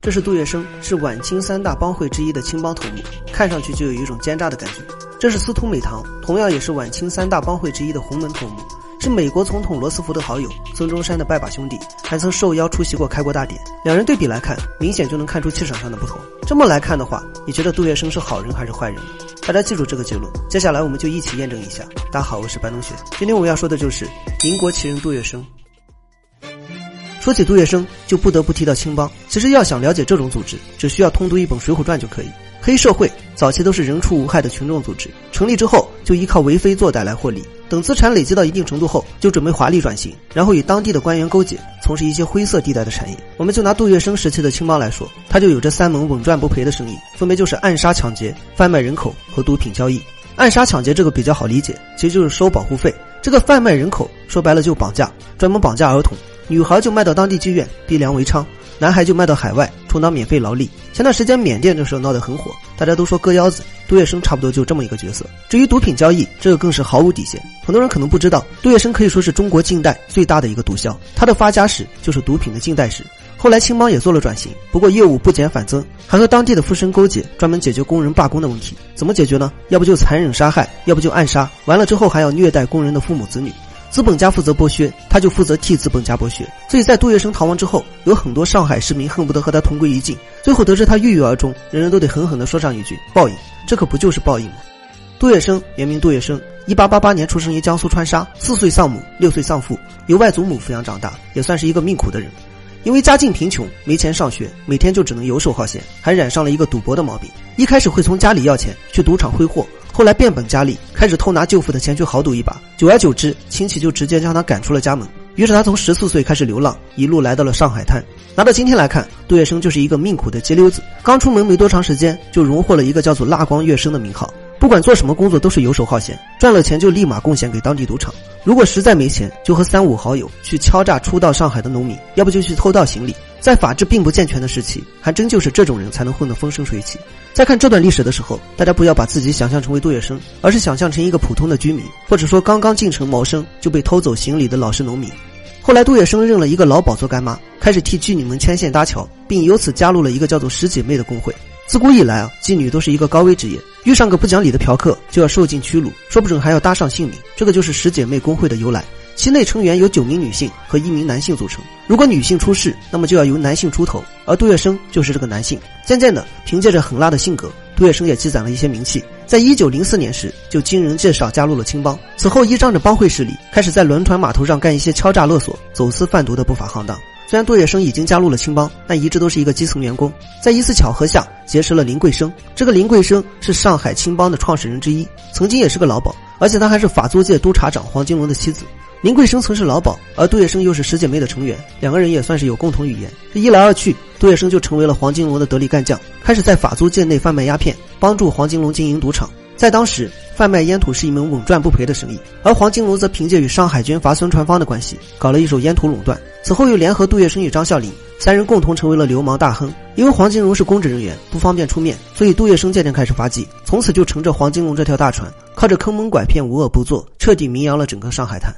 这是杜月笙，是晚清三大帮会之一的青帮头目，看上去就有一种奸诈的感觉。这是司徒美堂，同样也是晚清三大帮会之一的洪门头目，是美国总统罗斯福的好友，孙中山的拜把兄弟，还曾受邀出席过开国大典。两人对比来看，明显就能看出气场上的不同。这么来看的话，你觉得杜月笙是好人还是坏人呢？大家记住这个结论，接下来我们就一起验证一下。大家好，我是白同学，今天我们要说的就是民国奇人杜月笙。说起杜月笙，就不得不提到青帮。其实要想了解这种组织，只需要通读一本《水浒传》就可以。黑社会早期都是人畜无害的群众组织，成立之后就依靠为非作歹来获利，等资产累积到一定程度后，就准备华丽转型，然后与当地的官员勾结，从事一些灰色地带的产业。我们就拿杜月笙时期的青帮来说，他就有这三门稳赚不赔的生意，分别就是暗杀抢劫、贩卖人口和毒品交易。暗杀抢劫这个比较好理解，其实就是收保护费。这个贩卖人口说白了就绑架，专门绑架儿童，女孩就卖到当地妓院逼良为娼，男孩就卖到海外充当免费劳力。前段时间缅甸这时候闹得很火，大家都说割腰子，杜月笙差不多就这么一个角色。至于毒品交易，这个更是毫无底线。很多人可能不知道，杜月笙可以说是中国近代最大的一个毒枭，他的发家史就是毒品的近代史。后来青帮也做了转型，不过业务不减反增，还和当地的富绅勾结，专门解决工人罢工的问题。怎么解决呢？要不就残忍杀害，要不就暗杀，完了之后还要虐待工人的父母子女。资本家负责剥削，他就负责替资本家剥削。所以在杜月笙逃亡之后，有很多上海市民恨不得和他同归于尽，最后得知他郁郁而终，人人都得狠狠地说上一句报应。这可不就是报应吗？杜月笙原名杜月笙，1888年出生于江苏川沙，4岁丧母，6岁丧父，由外祖母抚养长大，也算是一个命苦的人。因为家境贫穷，没钱上学，每天就只能游手好闲，还染上了一个赌博的毛病。一开始会从家里要钱去赌场挥霍，后来变本加厉，开始偷拿舅父的钱去豪赌一把。久而久之，亲戚就直接将他赶出了家门。于是他从14岁开始流浪，一路来到了上海滩。拿到今天来看，杜月笙就是一个命苦的街溜子，刚出门没多长时间就荣获了一个叫做蜡光月笙的名号。不管做什么工作都是游手好闲，赚了钱就立马贡献给当地赌场。如果实在没钱，就和3、5好友去敲诈初到上海的农民，要不就去偷盗行李。在法制并不健全的时期，还真就是这种人才能混得风生水起。在看这段历史的时候，大家不要把自己想象成为杜月笙，而是想象成一个普通的居民，或者说刚刚进城谋生就被偷走行李的老实农民。后来杜月笙认了一个老鸨做干妈，开始替妓女们牵线搭桥，并由此加入了一个叫做十姐妹的工会。自古以来妓女都是一个高危职业，遇上个不讲理的嫖客就要受尽屈辱，说不准还要搭上性命。这个就是十姐妹工会的由来，其内成员有9名女性和1名男性组成。如果女性出事，那么就要由男性出头，而杜月笙就是这个男性。渐渐的，凭借着狠辣的性格，杜月笙也积攒了一些名气。在1904年时，就经人介绍加入了青帮。此后依仗着帮会势力，开始在轮船码头上干一些敲诈勒索、走私贩毒的不法行当。虽然杜月笙已经加入了青帮，但一直都是一个基层员工。在一次巧合下结识了林桂生，这个林桂生是上海青帮的创始人之一，曾经也是个老鸨，而且他还是法租界督察长黄金龙的妻子。林桂生曾是老鸨，而杜月笙又是十姐妹的成员，两个人也算是有共同语言。这一来二去，杜月笙就成为了黄金龙的得力干将，开始在法租界内贩卖鸦片，帮助黄金龙经营赌场。在当时，贩卖烟土是一门稳赚不赔的生意，而黄金龙则凭借与上海军阀孙传芳的关系，搞了一手烟土垄断。此后又联合杜月笙与张啸林3人共同成为了流氓大亨。因为黄金龙是公职人员，不方便出面，所以杜月笙渐渐开始发迹，从此就乘着黄金龙这条大船，靠着坑蒙拐骗无恶不作，彻底名扬了整个上海滩。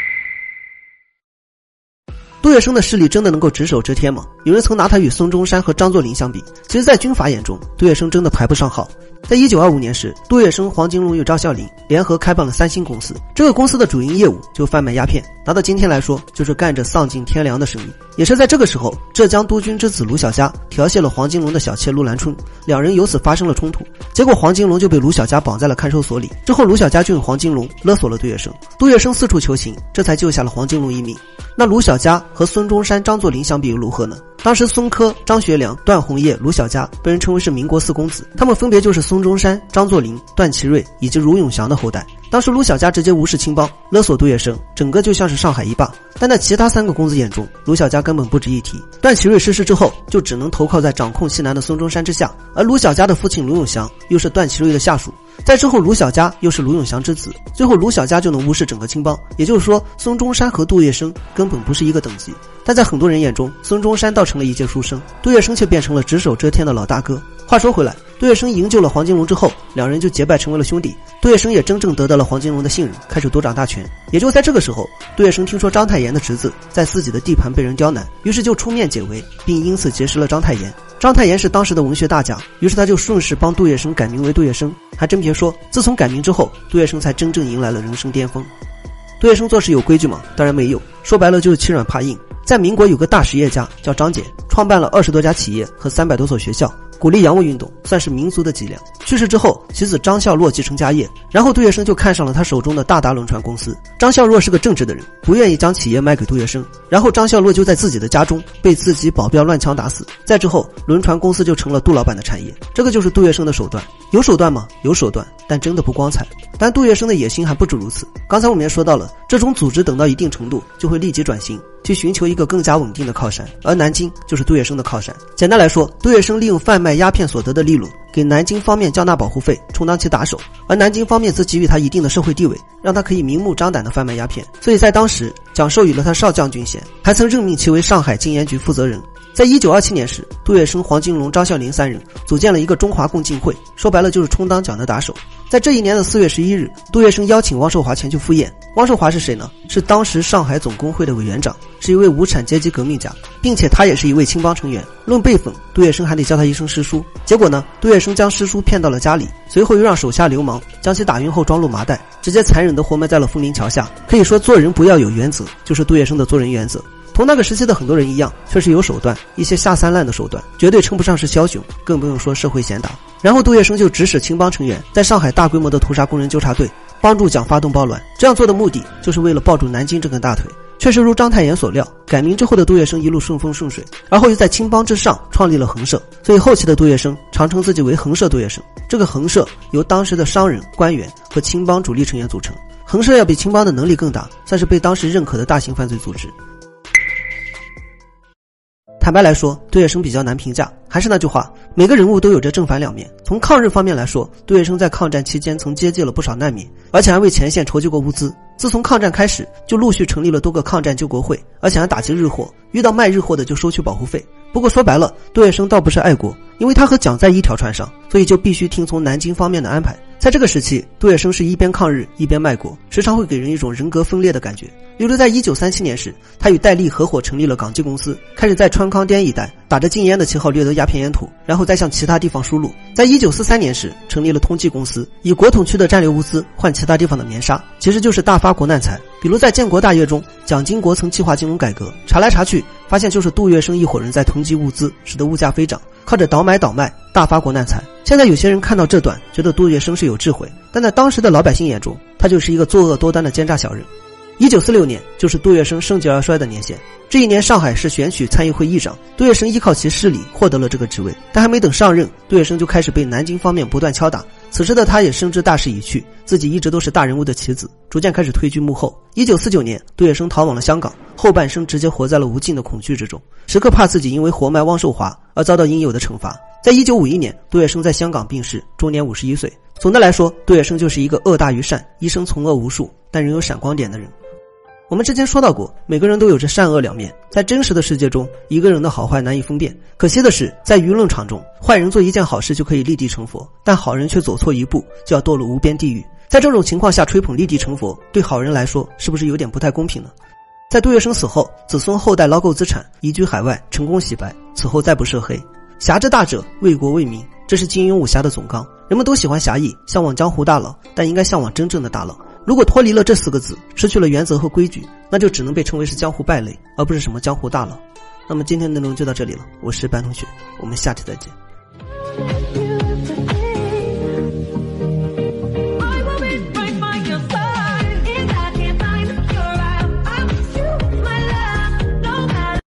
杜月笙的势力真的能够只手遮天吗？有人曾拿他与孙中山和张作霖相比，其实在军阀眼中，杜月笙真的排不上号。在1925年时，杜月笙、黄金龙与张啸林联合开办了3星公司，这个公司的主营业务就贩卖鸦片，拿到今天来说就是干着丧尽天良的生意。也是在这个时候，浙江督军之子卢小佳调戏了黄金龙的小妾陆兰春，两人由此发生了冲突，结果黄金龙就被卢小佳绑在了看守所里。之后卢小佳就用黄金龙勒索了杜月笙，杜月笙四处求情，这才救下了黄金龙一命。那卢小佳和孙中山、张作霖相比又如何呢？当时孙科、张学良、段鸿业、卢小佳被人称为是民国4公子，他们分别就是孙中山、张作霖、段祺瑞以及卢永祥的后代。当时卢小佳直接无视青帮，勒索杜月笙，整个就像是上海一霸。但在其他3个公子眼中，卢小佳根本不值一提。段祺瑞逝世之后，就只能投靠在掌控西南的孙中山之下，而卢小佳的父亲卢永祥又是段祺瑞的下属。在之后，卢小佳又是卢永祥之子，最后卢小佳就能无视整个青帮。也就是说，孙中山和杜月笙根本不是一个等级。但在很多人眼中，孙中山倒成了一介书生，杜月笙却变成了只手遮天的老大哥。话说回来，杜月笙营救了黄金龙之后，两人就结拜成为了兄弟。杜月笙也真正得到了黄金龙的信任，开始独掌大权。也就在这个时候，杜月笙听说章太炎的侄子在自己的地盘被人刁难，于是就出面解围，并因此结识了章太炎。 章太炎是当时的文学大家，于是他就顺势帮杜月笙改名为杜月笙。还真别说，自从改名之后，杜月笙才真正迎来了人生巅峰。杜月笙做事有规矩吗？当然没有，说白了就是欺软怕硬。在民国有个大实业家叫张謇，创办了20多家企业和300多所学校，鼓励洋务运动，算是民族的脊梁。去世之后，其子张孝洛继承家业，然后杜月笙就看上了他手中的大达轮船公司。张孝洛是个正直的人，不愿意将企业卖给杜月笙，然后张孝洛就在自己的家中被自己保镖乱枪打死。再之后，轮船公司就成了杜老板的产业。这个就是杜月笙的手段。有手段吗？有手段，但真的不光彩。但杜月笙的野心还不止如此。刚才我们也说到了，这种组织等到一定程度就会立即转型，去寻求一个更加稳定的靠山，而南京就是杜月笙的靠山。简单来说，杜月笙利用贩卖鸦片所得的利润，给南京方面缴纳保护费，充当其打手，而南京方面则给予他一定的社会地位，让他可以明目张胆地贩卖鸦片。所以在当时，蒋授予了他少将军衔，还曾任命其为上海禁烟局负责人。在1927年时，杜月笙、黄金荣、张啸林3人组建了一个中华共进会，说白了就是充当蒋的打手。在这一年的4月11日，杜月笙邀请汪寿华前去赴宴。汪寿华是谁呢？是当时上海总工会的委员长，是一位无产阶级革命家，并且他也是一位青帮成员。论辈分，杜月笙还得叫他一声师叔。结果呢，杜月笙将师叔骗到了家里，随后又让手下流氓将其打晕后装入麻袋，直接残忍地活埋在了枫林桥下。可以说做人不要有原则，就是杜月笙的做人原则。同那个时期的很多人一样，确实有手段，一些下三滥的手段，绝对称不上是枭雄，更不用说社会贤达。然后杜月笙就指使青帮成员在上海大规模的屠杀工人纠察队，帮助蒋发动暴乱。这样做的目的就是为了抱住南京这根大腿。确实如章太炎所料，改名之后的杜月笙一路顺风顺水，然后又在青帮之上创立了横社，所以后期的杜月笙常称自己为横社杜月笙。这个横社由当时的商人、官员和青帮主力成员组成。横社要比青帮的能力更大，算是被当时认可的大型犯罪组织。坦白来说，杜月笙比较难评价。还是那句话，每个人物都有着正反两面。从抗日方面来说，杜月笙在抗战期间曾接济了不少难民，而且还为前线筹集过物资。自从抗战开始，就陆续成立了多个抗战救国会，而且还打击日货，遇到卖日货的就收取保护费。不过说白了，杜月笙倒不是爱国，因为他和蒋在一条船上，所以就必须听从南京方面的安排。在这个时期，杜月笙是一边抗日一边卖国，时常会给人一种人格分裂的感觉。例如在1937年时，他与戴笠合伙成立了港记公司，开始在川康滇一带打着禁烟的旗号掠夺鸦片烟土，然后再向其他地方输入。在1943年时，成立了通缉公司，以国统区的战略物资换其他地方的棉纱，其实就是大发国难财。比如在建国大业中，蒋经国曾计划金融改革，查来查去发现就是杜月笙一伙人在囤积物资，使得物价飞涨，靠着倒买倒卖大发国难财。现在有些人看到这段觉得杜月笙是有智慧，但在当时的老百姓眼中，他就是一个作恶多端的奸诈小人。1946年就是杜月笙盛极而衰的年限。这一年上海市选举参议会议长，杜月笙依靠其势力获得了这个职位，但还没等上任，杜月笙就开始被南京方面不断敲打。此时的他也深知大势已去，自己一直都是大人物的棋子，逐渐开始退居幕后。1949年，杜月笙逃往了香港，后半生直接活在了无尽的恐惧之中，时刻怕自己因为活埋汪寿华而遭到应有的惩罚。在1951年，杜月笙在香港病逝，终年51岁。总的来说，杜月笙就是一个恶大于善，一生从恶无数，但仍有闪光点的人。我们之前说到过，每个人都有着善恶两面，在真实的世界中，一个人的好坏难以分辨。可惜的是，在舆论场中，坏人做一件好事就可以立地成佛，但好人却走错一步就要堕入无边地狱。在这种情况下吹捧立地成佛，对好人来说是不是有点不太公平呢？在杜月笙死后，子孙后代捞够资产，移居海外，成功洗白，此后再不涉黑。侠之大者，为国为民，这是金庸武侠的总纲。人们都喜欢侠义，向往江湖大佬，但应该向往真正的大佬。如果脱离了这4个字，失去了原则和规矩，那就只能被称为是江湖败类，而不是什么江湖大佬。那么今天的内容就到这里了，我是班同学，我们下期再见。